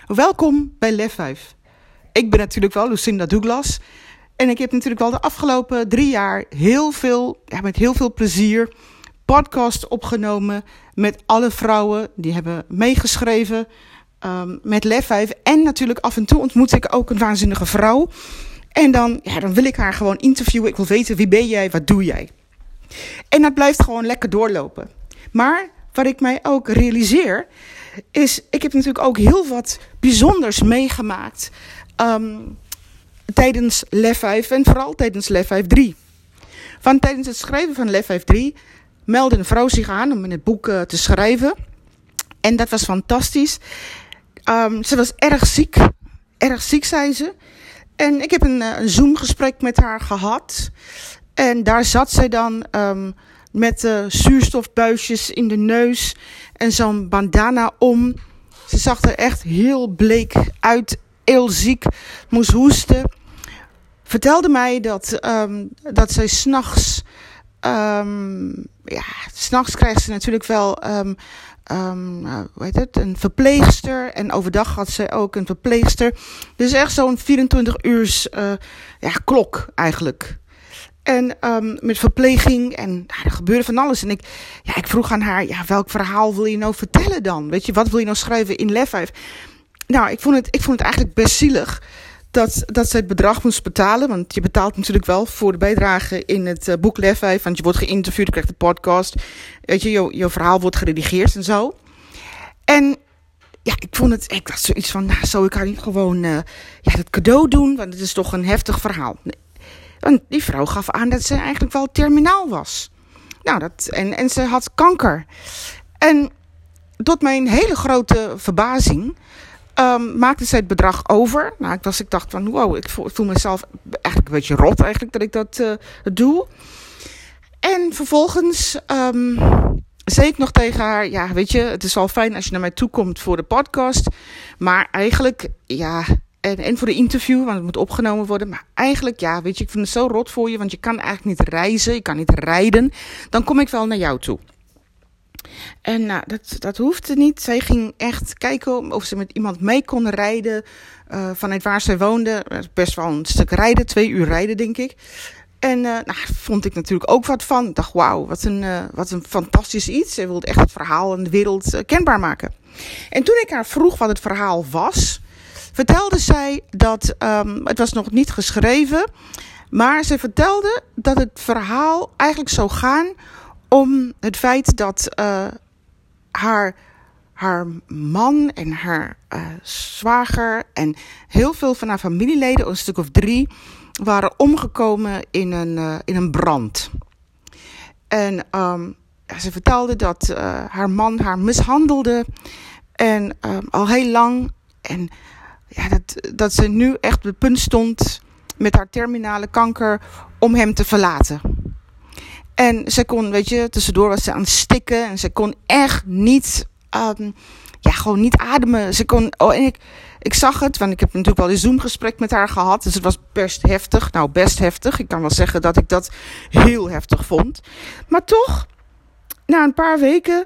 Welkom bij Lef 5. Ik ben natuurlijk wel Lucinda Douglas. En ik heb natuurlijk wel de afgelopen 3 jaar met heel veel plezier podcast opgenomen met alle vrouwen die hebben meegeschreven met Lef 5. En natuurlijk af en toe ontmoet ik ook een waanzinnige vrouw. En dan wil ik haar gewoon interviewen. Ik wil weten, wie ben jij, wat doe jij? En dat blijft gewoon lekker doorlopen. Maar wat ik mij ook realiseer is, ik heb natuurlijk ook heel wat bijzonders meegemaakt tijdens Lef 5 en vooral tijdens Lef 5-3. Want tijdens het schrijven van Lef 5-3 meldde een vrouw zich aan om in het boek te schrijven. En dat was fantastisch. Ze was erg ziek zei ze. En ik heb een Zoom-gesprek met haar gehad. En daar zat zij dan met zuurstofbuisjes in de neus en zo'n bandana om. Ze zag er echt heel bleek uit, heel ziek, moest hoesten. Vertelde mij dat zij 's nachts, 's nachts krijgt ze natuurlijk wel een verpleegster. En overdag had ze ook een verpleegster. Dus echt zo'n 24 uur klok eigenlijk. En met verpleging en er gebeurde van alles. En ik vroeg aan haar, welk verhaal wil je nou vertellen dan? Weet je, wat wil je nou schrijven in Lef 5? Nou, ik vond het eigenlijk best zielig dat ze het bedrag moest betalen. Want je betaalt natuurlijk wel voor de bijdrage in het boek Lef 5. Want je wordt geïnterviewd, je krijgt een podcast. Weet je, je verhaal wordt geredigeerd en zo. En ik had zoiets van, zou ik haar niet gewoon dat cadeau doen? Want het is toch een heftig verhaal. Want die vrouw gaf aan dat ze eigenlijk wel terminaal was. En ze had kanker. En tot mijn hele grote verbazing maakte zij het bedrag over. Ik dacht van, wow, ik voel mezelf eigenlijk een beetje rot eigenlijk dat ik dat doe. En vervolgens zei ik nog tegen haar, weet je, het is wel fijn als je naar mij toe komt voor de podcast. Maar eigenlijk, en voor de interview, want het moet opgenomen worden. Maar eigenlijk, weet je, ik vind het zo rot voor je. Want je kan eigenlijk niet reizen, je kan niet rijden. Dan kom ik wel naar jou toe. En dat hoefde niet. Zij ging echt kijken of ze met iemand mee kon rijden. Vanuit waar zij woonde. Best wel een stuk rijden, 2 uur rijden denk ik. En vond ik natuurlijk ook wat van. Ik dacht, wauw, wat een fantastisch iets. Zij wilde echt het verhaal aan de wereld kenbaar maken. En toen ik haar vroeg wat het verhaal was, vertelde zij dat, het was nog niet geschreven, maar ze vertelde dat het verhaal eigenlijk zou gaan om het feit dat haar man en haar zwager en heel veel van haar familieleden, een stuk of 3, waren omgekomen in een brand. En ze vertelde dat haar man haar mishandelde en al heel lang. En dat ze nu echt op het punt stond met haar terminale kanker om hem te verlaten. En ze kon, weet je, tussendoor was ze aan het stikken en ze kon echt niet, gewoon niet ademen. Ze kon, en ik zag het, want ik heb natuurlijk wel een Zoom-gesprek met haar gehad. Dus het was best heftig. Nou, best heftig. Ik kan wel zeggen dat ik dat heel heftig vond. Maar toch, na een paar weken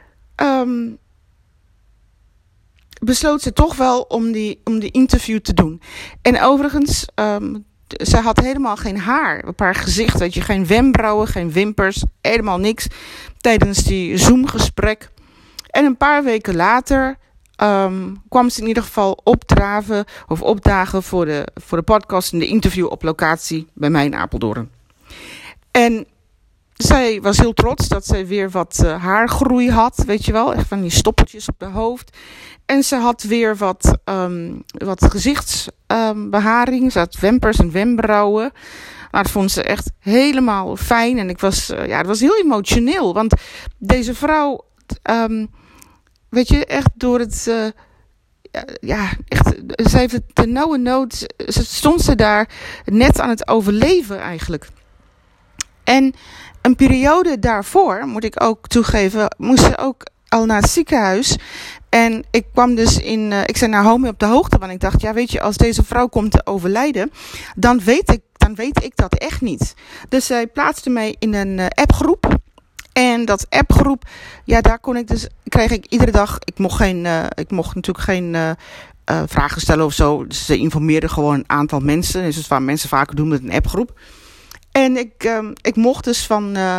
besloot ze toch wel om die interview te doen. En overigens, ze had helemaal geen haar op haar gezicht. Weet je, geen wenkbrauwen, geen wimpers, helemaal niks. Tijdens die Zoom-gesprek. En een paar weken later kwam ze in ieder geval opdagen voor de podcast en de interview op locatie bij mij in Apeldoorn. En zij was heel trots dat zij weer wat haargroei had, weet je wel, echt van die stoppeltjes op de hoofd. En ze had weer wat gezichtsbeharing, ze had wimpers en wenkbrauwen. Maar dat vond ze echt helemaal fijn en het was heel emotioneel, want deze vrouw, weet je, echt door het, echt, ze heeft het ternauwernood, stond ze daar net aan het overleven eigenlijk. En een periode daarvoor, moet ik ook toegeven, moest ze ook al naar het ziekenhuis. En ik kwam dus ik zei naar Home op de hoogte, want ik dacht, weet je, als deze vrouw komt te overlijden, dan weet ik dat echt niet. Dus zij plaatste mij in een appgroep. En dat appgroep, ja, daar kreeg ik iedere dag, ik mocht natuurlijk geen vragen stellen of zo. Dus ze informeerden gewoon een aantal mensen. Dus dat is waar mensen vaker doen met een appgroep. En ik mocht dus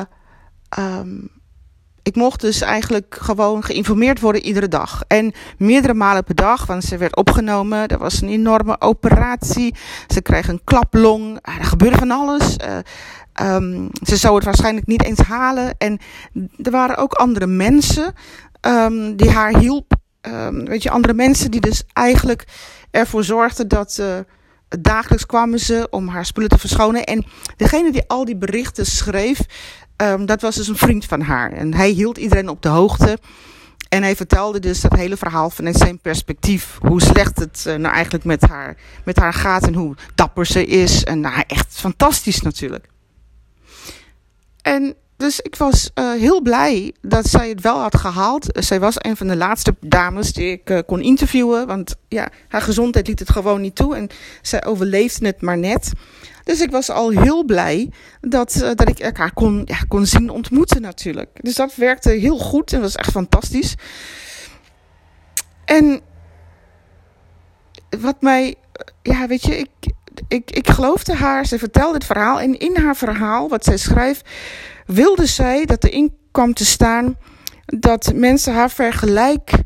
ik mocht dus eigenlijk gewoon geïnformeerd worden iedere dag. En meerdere malen per dag, want ze werd opgenomen. Er was een enorme operatie. Ze kreeg een klaplong. Er gebeurde van alles. Ze zou het waarschijnlijk niet eens halen. En er waren ook andere mensen die haar hielp. Andere mensen die dus eigenlijk ervoor zorgden dat dagelijks kwamen ze om haar spullen te verschonen. En degene die al die berichten schreef, dat was dus een vriend van haar. En hij hield iedereen op de hoogte. En hij vertelde dus dat hele verhaal vanuit zijn perspectief. Hoe slecht het nou eigenlijk met haar gaat en hoe dapper ze is. En nou, echt fantastisch natuurlijk. En dus ik was heel blij dat zij het wel had gehaald. Zij was een van de laatste dames die ik kon interviewen. Want ja, haar gezondheid liet het gewoon niet toe. En zij overleefde het maar net. Dus ik was al heel blij dat ik elkaar kon zien ontmoeten natuurlijk. Dus dat werkte heel goed en was echt fantastisch. En wat mij, ik geloofde haar. Ze vertelde het verhaal. En in haar verhaal, wat zij schrijft, wilde zij dat erin kwam te staan dat mensen haar vergelijken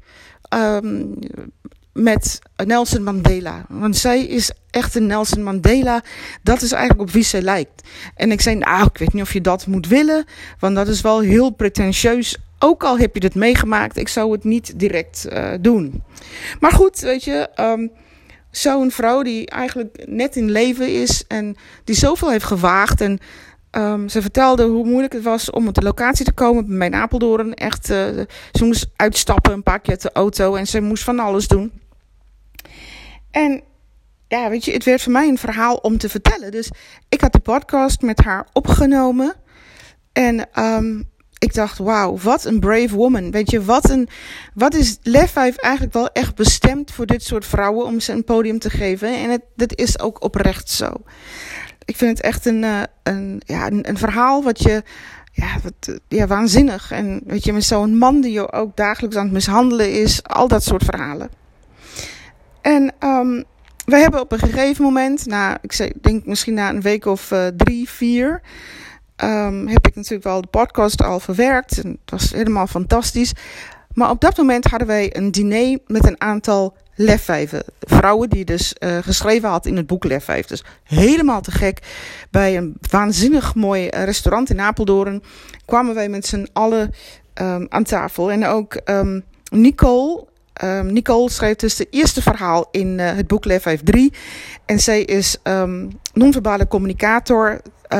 met Nelson Mandela. Want zij is echt een Nelson Mandela. Dat is eigenlijk op wie zij lijkt. En ik zei, ik weet niet of je dat moet willen. Want dat is wel heel pretentieus. Ook al heb je dit meegemaakt. Ik zou het niet direct doen. Maar goed, weet je. Zo'n vrouw die eigenlijk net in leven is. En die zoveel heeft gewaagd. En ze vertelde hoe moeilijk het was om op de locatie te komen bij mij in Apeldoorn. Echt, ze moest uitstappen een paar keer uit de auto. En ze moest van alles doen. En ja, weet je, het werd voor mij een verhaal om te vertellen. Dus ik had de podcast met haar opgenomen. En ik dacht, wauw, wat een brave woman. Weet je, wat is Lef 5 eigenlijk wel echt bestemd voor dit soort vrouwen om ze een podium te geven. En dat is ook oprecht zo. Ik vind het echt een verhaal wat waanzinnig. En weet je, met zo'n man die je ook dagelijks aan het mishandelen is. Al dat soort verhalen. En wij hebben op een gegeven moment, denk misschien na een week of 3, 4, heb ik natuurlijk wel de podcast al verwerkt. En het was helemaal fantastisch. Maar op dat moment hadden wij een diner met een aantal Lef 5 vrouwen die dus geschreven had in het boek Lef 5. Dus helemaal te gek. Bij een waanzinnig mooi restaurant in Apeldoorn kwamen wij met z'n allen aan tafel. En ook Nicole. Nicole schreef dus de eerste verhaal in het boek Lef 5 3. En zij is non-verbale communicator,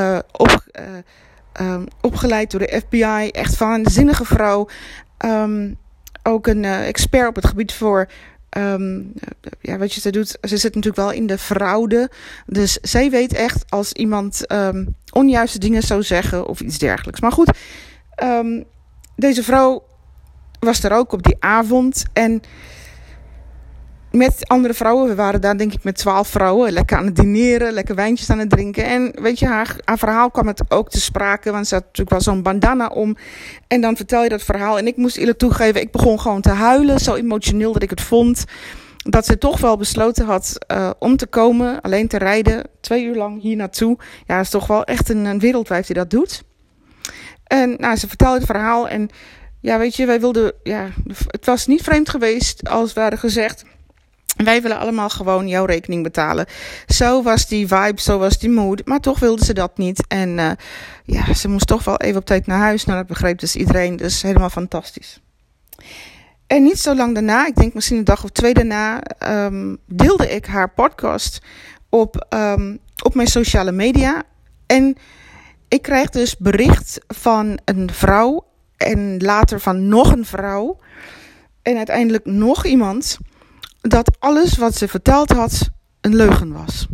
opgeleid door de FBI. Echt van een zinnige vrouw. Ook een expert op het gebied voor wat je ze doet. Ze zit natuurlijk wel in de fraude. Dus zij weet echt als iemand onjuiste dingen zou zeggen of iets dergelijks. Maar goed, deze vrouw was er ook op die avond. En met andere vrouwen, we waren daar denk ik met 12 vrouwen, lekker aan het dineren, lekker wijntjes aan het drinken. En weet je, haar verhaal kwam het ook te sprake, want ze had natuurlijk wel zo'n bandana om. En dan vertel je dat verhaal. En ik moest eerlijk toegeven, ik begon gewoon te huilen, zo emotioneel dat ik het vond. Dat ze toch wel besloten had om te komen, alleen te rijden, 2 uur lang hier naartoe. Ja, dat is toch wel echt een wereldwijf die dat doet. En ze vertelde het verhaal en ja, weet je, wij wilden, het was niet vreemd geweest als we hadden gezegd, wij willen allemaal gewoon jouw rekening betalen. Zo was die vibe, zo was die mood. Maar toch wilde ze dat niet. En ze moest toch wel even op tijd naar huis. Nou, dat begreep dus iedereen. Dus helemaal fantastisch. En niet zo lang daarna, ik denk misschien een dag of 2 daarna, deelde ik haar podcast op mijn sociale media. En ik kreeg dus bericht van een vrouw en later van nog een vrouw. En uiteindelijk nog iemand, dat alles wat ze verteld had een leugen was.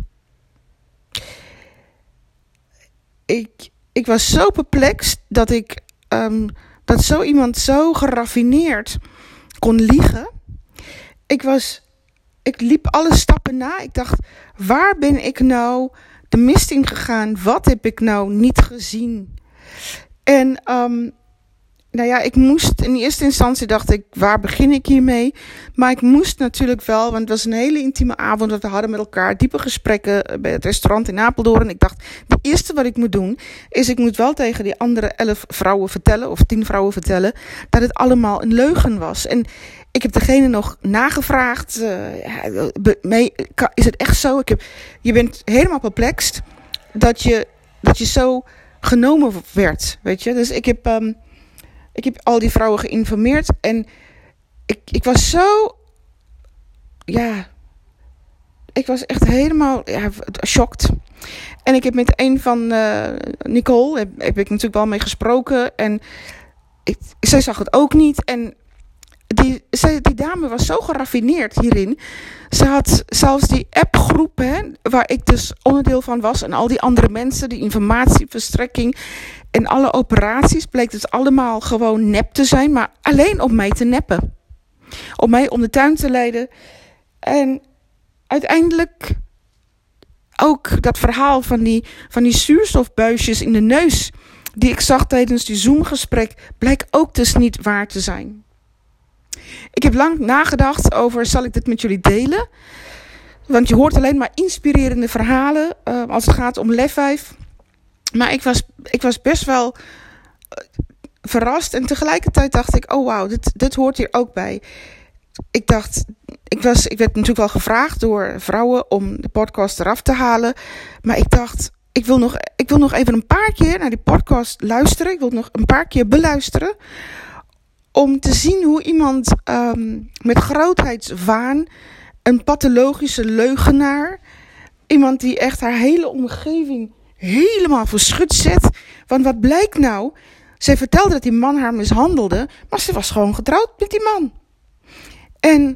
Ik was zo perplex dat zo iemand zo geraffineerd kon liegen. Ik liep alle stappen na. Ik dacht, waar ben ik nou de mist in gegaan? Wat heb ik nou niet gezien? En nou ja, ik moest in eerste instantie, dacht ik, waar begin ik hiermee? Maar ik moest natuurlijk wel, want het was een hele intieme avond dat we hadden met elkaar, diepe gesprekken bij het restaurant in Apeldoorn. En ik dacht, het eerste wat ik moet doen, is ik moet wel tegen die andere 11 vrouwen vertellen, of 10 vrouwen vertellen, dat het allemaal een leugen was. En ik heb degene nog nagevraagd, is het echt zo? Je bent helemaal perplex dat je zo genomen werd, weet je. Dus ik heb al die vrouwen geïnformeerd en ik was zo, ik was echt helemaal, shocked. En ik heb met een van Nicole, heb ik natuurlijk wel mee gesproken en zij zag het ook niet. En die dame was zo geraffineerd hierin. Ze had zelfs die appgroep, waar ik dus onderdeel van was, en al die andere mensen, die informatieverstrekking en alle operaties, bleek dus allemaal gewoon nep te zijn, maar alleen om mij te neppen. Om mij om de tuin te leiden. En uiteindelijk ook dat verhaal van die zuurstofbuisjes in de neus, die ik zag tijdens die Zoom-gesprek, blijkt ook dus niet waar te zijn. Ik heb lang nagedacht over, zal ik dit met jullie delen? Want je hoort alleen maar inspirerende verhalen als het gaat om lefwijf. Maar ik was best wel verrast. En tegelijkertijd dacht ik, oh wauw, dit hoort hier ook bij. Ik werd natuurlijk wel gevraagd door vrouwen om de podcast eraf te halen. Maar ik dacht, ik wil nog even een paar keer naar die podcast luisteren. Ik wil het nog een paar keer beluisteren. Om te zien hoe iemand met grootheidswaan, een pathologische leugenaar, iemand die echt haar hele omgeving helemaal verschut zet. Want wat blijkt nou? Zij vertelde dat die man haar mishandelde, maar ze was gewoon getrouwd met die man. En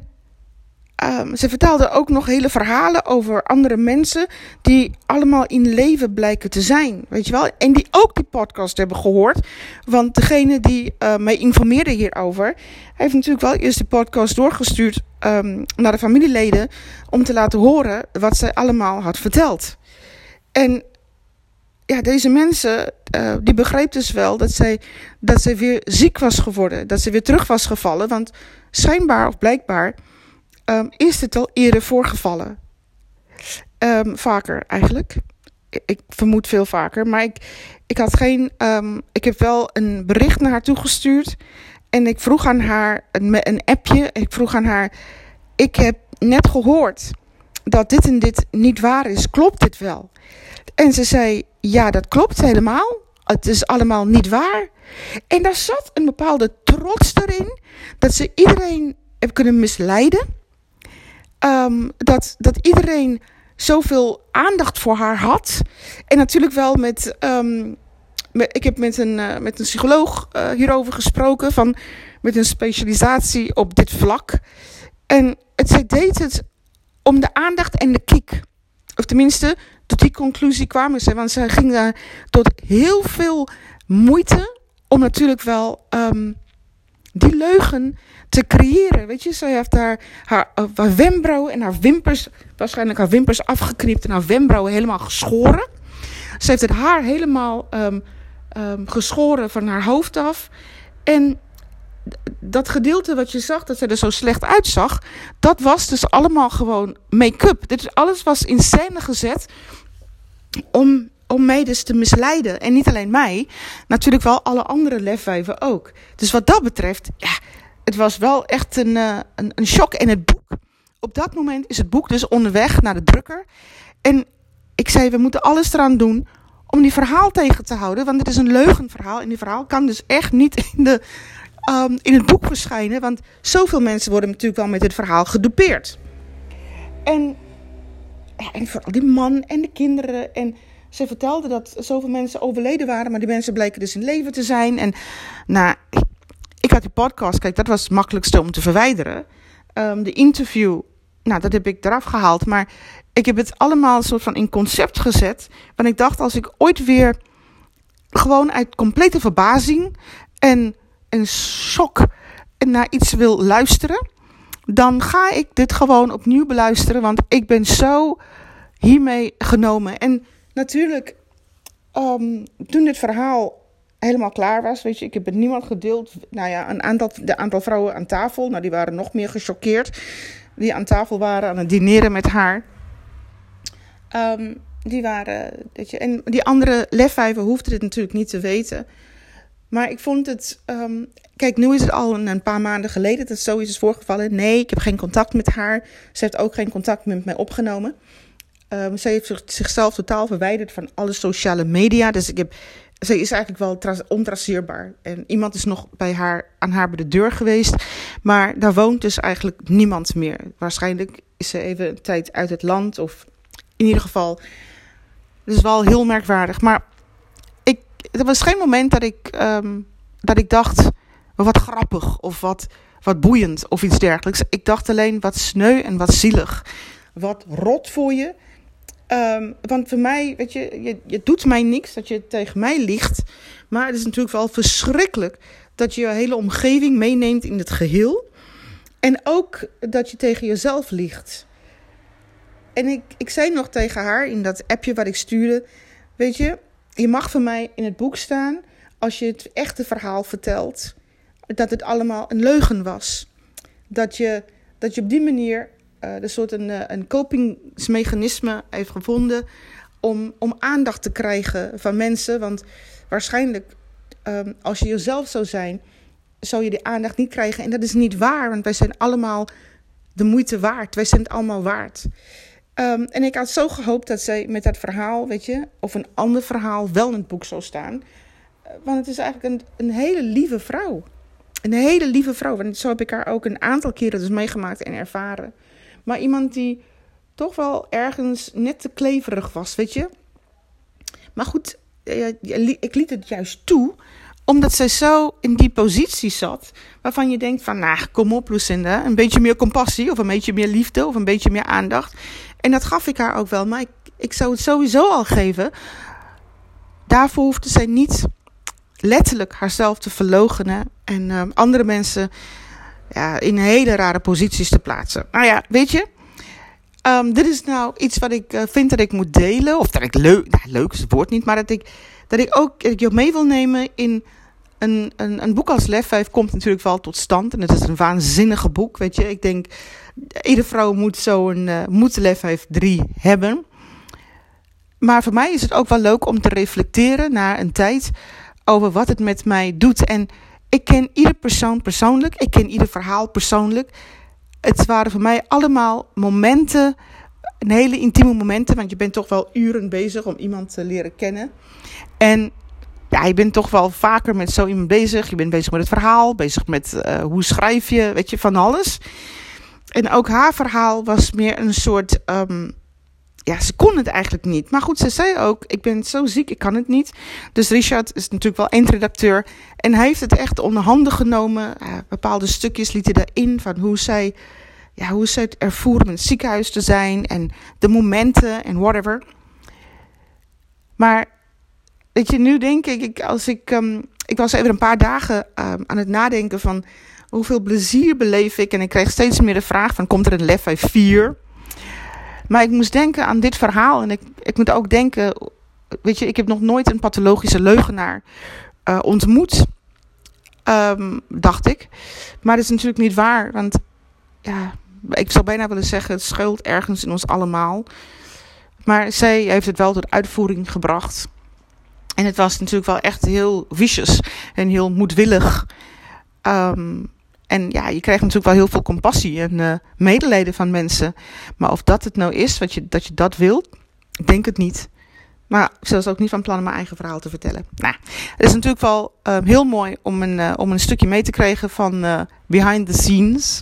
ze vertelde ook nog hele verhalen over andere mensen die allemaal in leven blijken te zijn, weet je wel. En die ook die podcast hebben gehoord. Want degene die mij informeerde hierover, heeft natuurlijk wel eerst de podcast doorgestuurd naar de familieleden om te laten horen wat zij allemaal had verteld. En ja, deze mensen, die begreep dus wel dat zij weer ziek was geworden. Dat ze weer terug was gevallen. Want schijnbaar of blijkbaar is het al eerder voorgevallen. Vaker eigenlijk. Ik vermoed veel vaker. Maar ik heb wel een bericht naar haar toegestuurd. En ik vroeg aan haar een appje. Ik vroeg aan haar, ik heb net gehoord dat dit en dit niet waar is. Klopt dit wel? En ze zei, ja, dat klopt helemaal. Het is allemaal niet waar. En daar zat een bepaalde trots erin. Dat ze iedereen heeft kunnen misleiden. Dat iedereen zoveel aandacht voor haar had. En natuurlijk wel ik heb met een psycholoog hierover gesproken. Met een specialisatie op dit vlak. En zij deed het om de aandacht en de kiek. Of tenminste, tot die conclusie kwamen ze. Want zij ging daar tot heel veel moeite om natuurlijk wel die leugen te creëren. Weet je, zij heeft haar wenkbrauwen en haar wimpers, waarschijnlijk haar wimpers afgeknipt en haar wenkbrauwen helemaal geschoren. Ze heeft het haar helemaal geschoren van haar hoofd af. En dat gedeelte wat je zag, dat ze er zo slecht uitzag, dat was dus allemaal gewoon make-up. Alles was in scène gezet om mij dus te misleiden. En niet alleen mij, natuurlijk wel alle andere lefwijven ook. Dus wat dat betreft, ja, het was wel echt een shock. En het boek, op dat moment is het boek dus onderweg naar de drukker. En ik zei, we moeten alles eraan doen om die verhaal tegen te houden. Want het is een leugenverhaal. En die verhaal kan dus echt niet in het boek verschijnen. Want zoveel mensen worden natuurlijk wel met dit verhaal gedupeerd. En vooral die man en de kinderen. En ze vertelde dat zoveel mensen overleden waren. Maar die mensen bleken dus in leven te zijn. En nou, ik had die podcast. Kijk, dat was het makkelijkste om te verwijderen. De interview, nou, dat heb ik eraf gehaald. Maar ik heb het allemaal een soort van in concept gezet. Want ik dacht, als ik ooit weer gewoon uit complete verbazing en shock naar iets wil luisteren, dan ga ik dit gewoon opnieuw beluisteren. Want ik ben zo hiermee genomen. En natuurlijk, toen dit verhaal helemaal klaar was. Weet je, ik heb met niemand gedeeld. Nou ja, de aantal vrouwen aan tafel. Nou, die waren nog meer gechoqueerd. Die aan tafel waren aan het dineren met haar. Die waren, weet je, en die andere lefwijven hoefden dit natuurlijk niet te weten. Maar ik vond het... kijk, nu is het al een paar maanden geleden dat het zoiets is voorgevallen. Nee, ik heb geen contact met haar. Ze heeft ook geen contact met mij opgenomen. Ze heeft zichzelf totaal verwijderd van alle sociale media. Dus ze is eigenlijk wel ontraceerbaar. En iemand is nog aan haar bij de deur geweest. Maar daar woont dus eigenlijk niemand meer. Waarschijnlijk is ze even een tijd uit het land. Of in ieder geval... Het is wel heel merkwaardig. Maar er was geen moment dat ik dacht... Wat grappig of wat boeiend of iets dergelijks. Ik dacht alleen wat sneu en wat zielig. Wat rot voor je. Want voor mij, weet je doet mij niks dat je tegen mij liegt. Maar het is natuurlijk wel verschrikkelijk dat je je hele omgeving meeneemt in het geheel. En ook dat je tegen jezelf liegt. En ik zei nog tegen haar in dat appje wat ik stuurde. Weet je mag van mij in het boek staan als je het echte verhaal vertelt. Dat het allemaal een leugen was. Dat je op die manier een soort een kopingsmechanisme heeft gevonden om aandacht te krijgen van mensen. Want waarschijnlijk als je jezelf zou zijn, zou je die aandacht niet krijgen. En dat is niet waar, want wij zijn allemaal de moeite waard. Wij zijn het allemaal waard. En ik had zo gehoopt dat zij met dat verhaal, weet je, of een ander verhaal wel in het boek zou staan. Want het is eigenlijk een hele lieve vrouw. Een hele lieve vrouw. Want zo heb ik haar ook een aantal keren dus meegemaakt en ervaren. Maar iemand die toch wel ergens net te kleverig was, weet je. Maar goed, ik liet het juist toe. Omdat zij zo in die positie zat. Waarvan je denkt van, nou, kom op Lucinda. Een beetje meer compassie of een beetje meer liefde of een beetje meer aandacht. En dat gaf ik haar ook wel. Maar ik zou het sowieso al geven. Daarvoor hoefde zij niet letterlijk haarzelf te verloochenen. En andere mensen in hele rare posities te plaatsen. Nou ja, weet je. Dit is nou iets wat ik vind dat ik moet delen. Of dat ik leuk is het woord niet. Maar dat ik je mee wil nemen in een boek als Lef 5 komt natuurlijk wel tot stand. En het is een waanzinnige boek, weet je. Ik denk, iedere vrouw moet Lef 5 3 hebben. Maar voor mij is het ook wel leuk om te reflecteren na een tijd over wat het met mij doet. En ik ken ieder persoon persoonlijk. Ik ken ieder verhaal persoonlijk. Het waren voor mij allemaal momenten, een hele intieme momenten. Want je bent toch wel uren bezig om iemand te leren kennen. En je bent toch wel vaker met zo iemand bezig. Je bent bezig met het verhaal, bezig met hoe schrijf je, weet je, van alles. En ook haar verhaal was meer een soort... ze kon het eigenlijk niet. Maar goed, ze zei ook, ik ben zo ziek, ik kan het niet. Dus Richard is natuurlijk wel eindredacteur. En hij heeft het echt onder handen genomen. Bepaalde stukjes liet hij erin van hoe zij het ervoer om in het ziekenhuis te zijn. En de momenten en whatever. Maar weet je, nu denk ik, ik was even een paar dagen aan het nadenken van hoeveel plezier beleef ik. En ik kreeg steeds meer de vraag van, komt er een Lef 4? Maar ik moest denken aan dit verhaal. En ik moet ook denken, weet je, ik heb nog nooit een pathologische leugenaar ontmoet. Dacht ik. Maar dat is natuurlijk niet waar. Want ik zou bijna willen zeggen, het schuilt ergens in ons allemaal. Maar zij heeft het wel tot uitvoering gebracht. En het was natuurlijk wel echt heel vicious en heel moedwillig. En je krijgt natuurlijk wel heel veel compassie en medelijden van mensen. Maar of dat het nou is, dat je dat wilt, ik denk het niet. Maar ze was ook niet van plan om mijn eigen verhaal te vertellen. Nou, het is natuurlijk wel heel mooi om een stukje mee te krijgen van behind the scenes.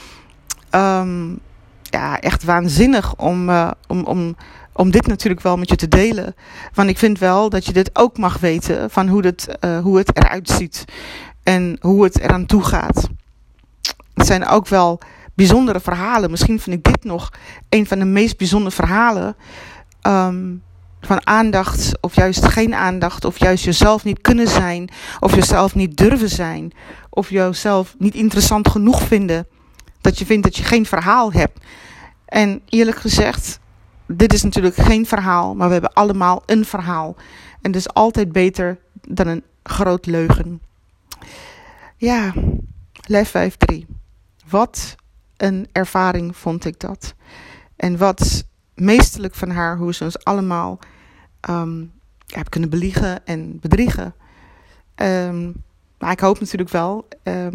Echt waanzinnig om dit natuurlijk wel met je te delen. Want ik vind wel dat je dit ook mag weten van hoe het eruit ziet. En hoe het eraan toe gaat. Het zijn ook wel bijzondere verhalen. Misschien vind ik dit nog een van de meest bijzondere verhalen. Van aandacht of juist geen aandacht. Of juist jezelf niet kunnen zijn. Of jezelf niet durven zijn. Of jezelf niet interessant genoeg vinden. Dat je vindt dat je geen verhaal hebt. En eerlijk gezegd, dit is natuurlijk geen verhaal. Maar we hebben allemaal een verhaal. En het is altijd beter dan een groot leugen. Ja, Lef 5-3. Wat een ervaring vond ik dat. En wat meesterlijk van haar, hoe ze ons allemaal heeft kunnen beliegen en bedriegen. Maar ik hoop natuurlijk wel,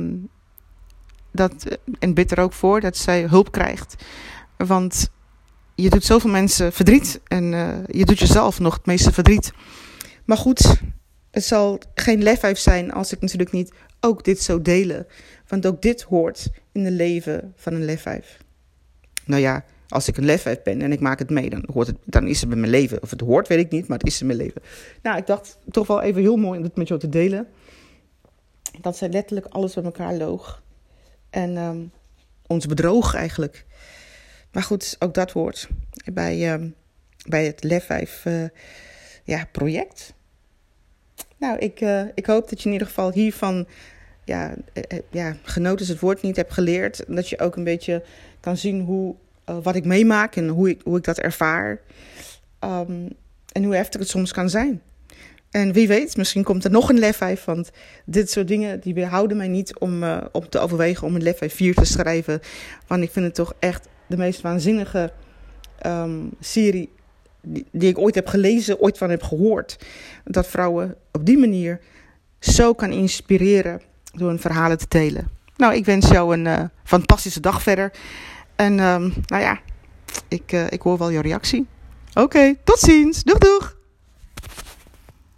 en bid er ook voor, dat zij hulp krijgt. Want je doet zoveel mensen verdriet en je doet jezelf nog het meeste verdriet. Maar goed, het zal geen Lef 5 zijn als ik natuurlijk niet ook dit zou delen. Want ook dit hoort in het leven van een Lef 5. Nou ja, als ik een Lef 5 ben en ik maak het mee, dan is het bij mijn leven. Of het hoort, weet ik niet, maar het is in mijn leven. Nou, ik dacht toch wel even heel mooi om dit met jou te delen. Dat zij letterlijk alles bij elkaar loog. En ons bedroog eigenlijk. Maar goed, ook dat hoort bij het Lef 5 project. Nou, ik hoop dat je in ieder geval hiervan, genoten is het woord niet, hebt geleerd. Dat je ook een beetje kan zien wat ik meemaak en hoe ik dat ervaar. En hoe heftig het soms kan zijn. En wie weet, misschien komt er nog een Lef 5. Want dit soort dingen die weerhouden mij niet om te overwegen om een Lef 5 4 te schrijven. Want ik vind het toch echt de meest waanzinnige serie die ik ooit heb gelezen, ooit van heb gehoord. Dat vrouwen op die manier zo kan inspireren door hun verhalen te delen. Nou, ik wens jou een fantastische dag verder. En ik hoor wel jouw reactie. Oké, tot ziens. Doeg doeg.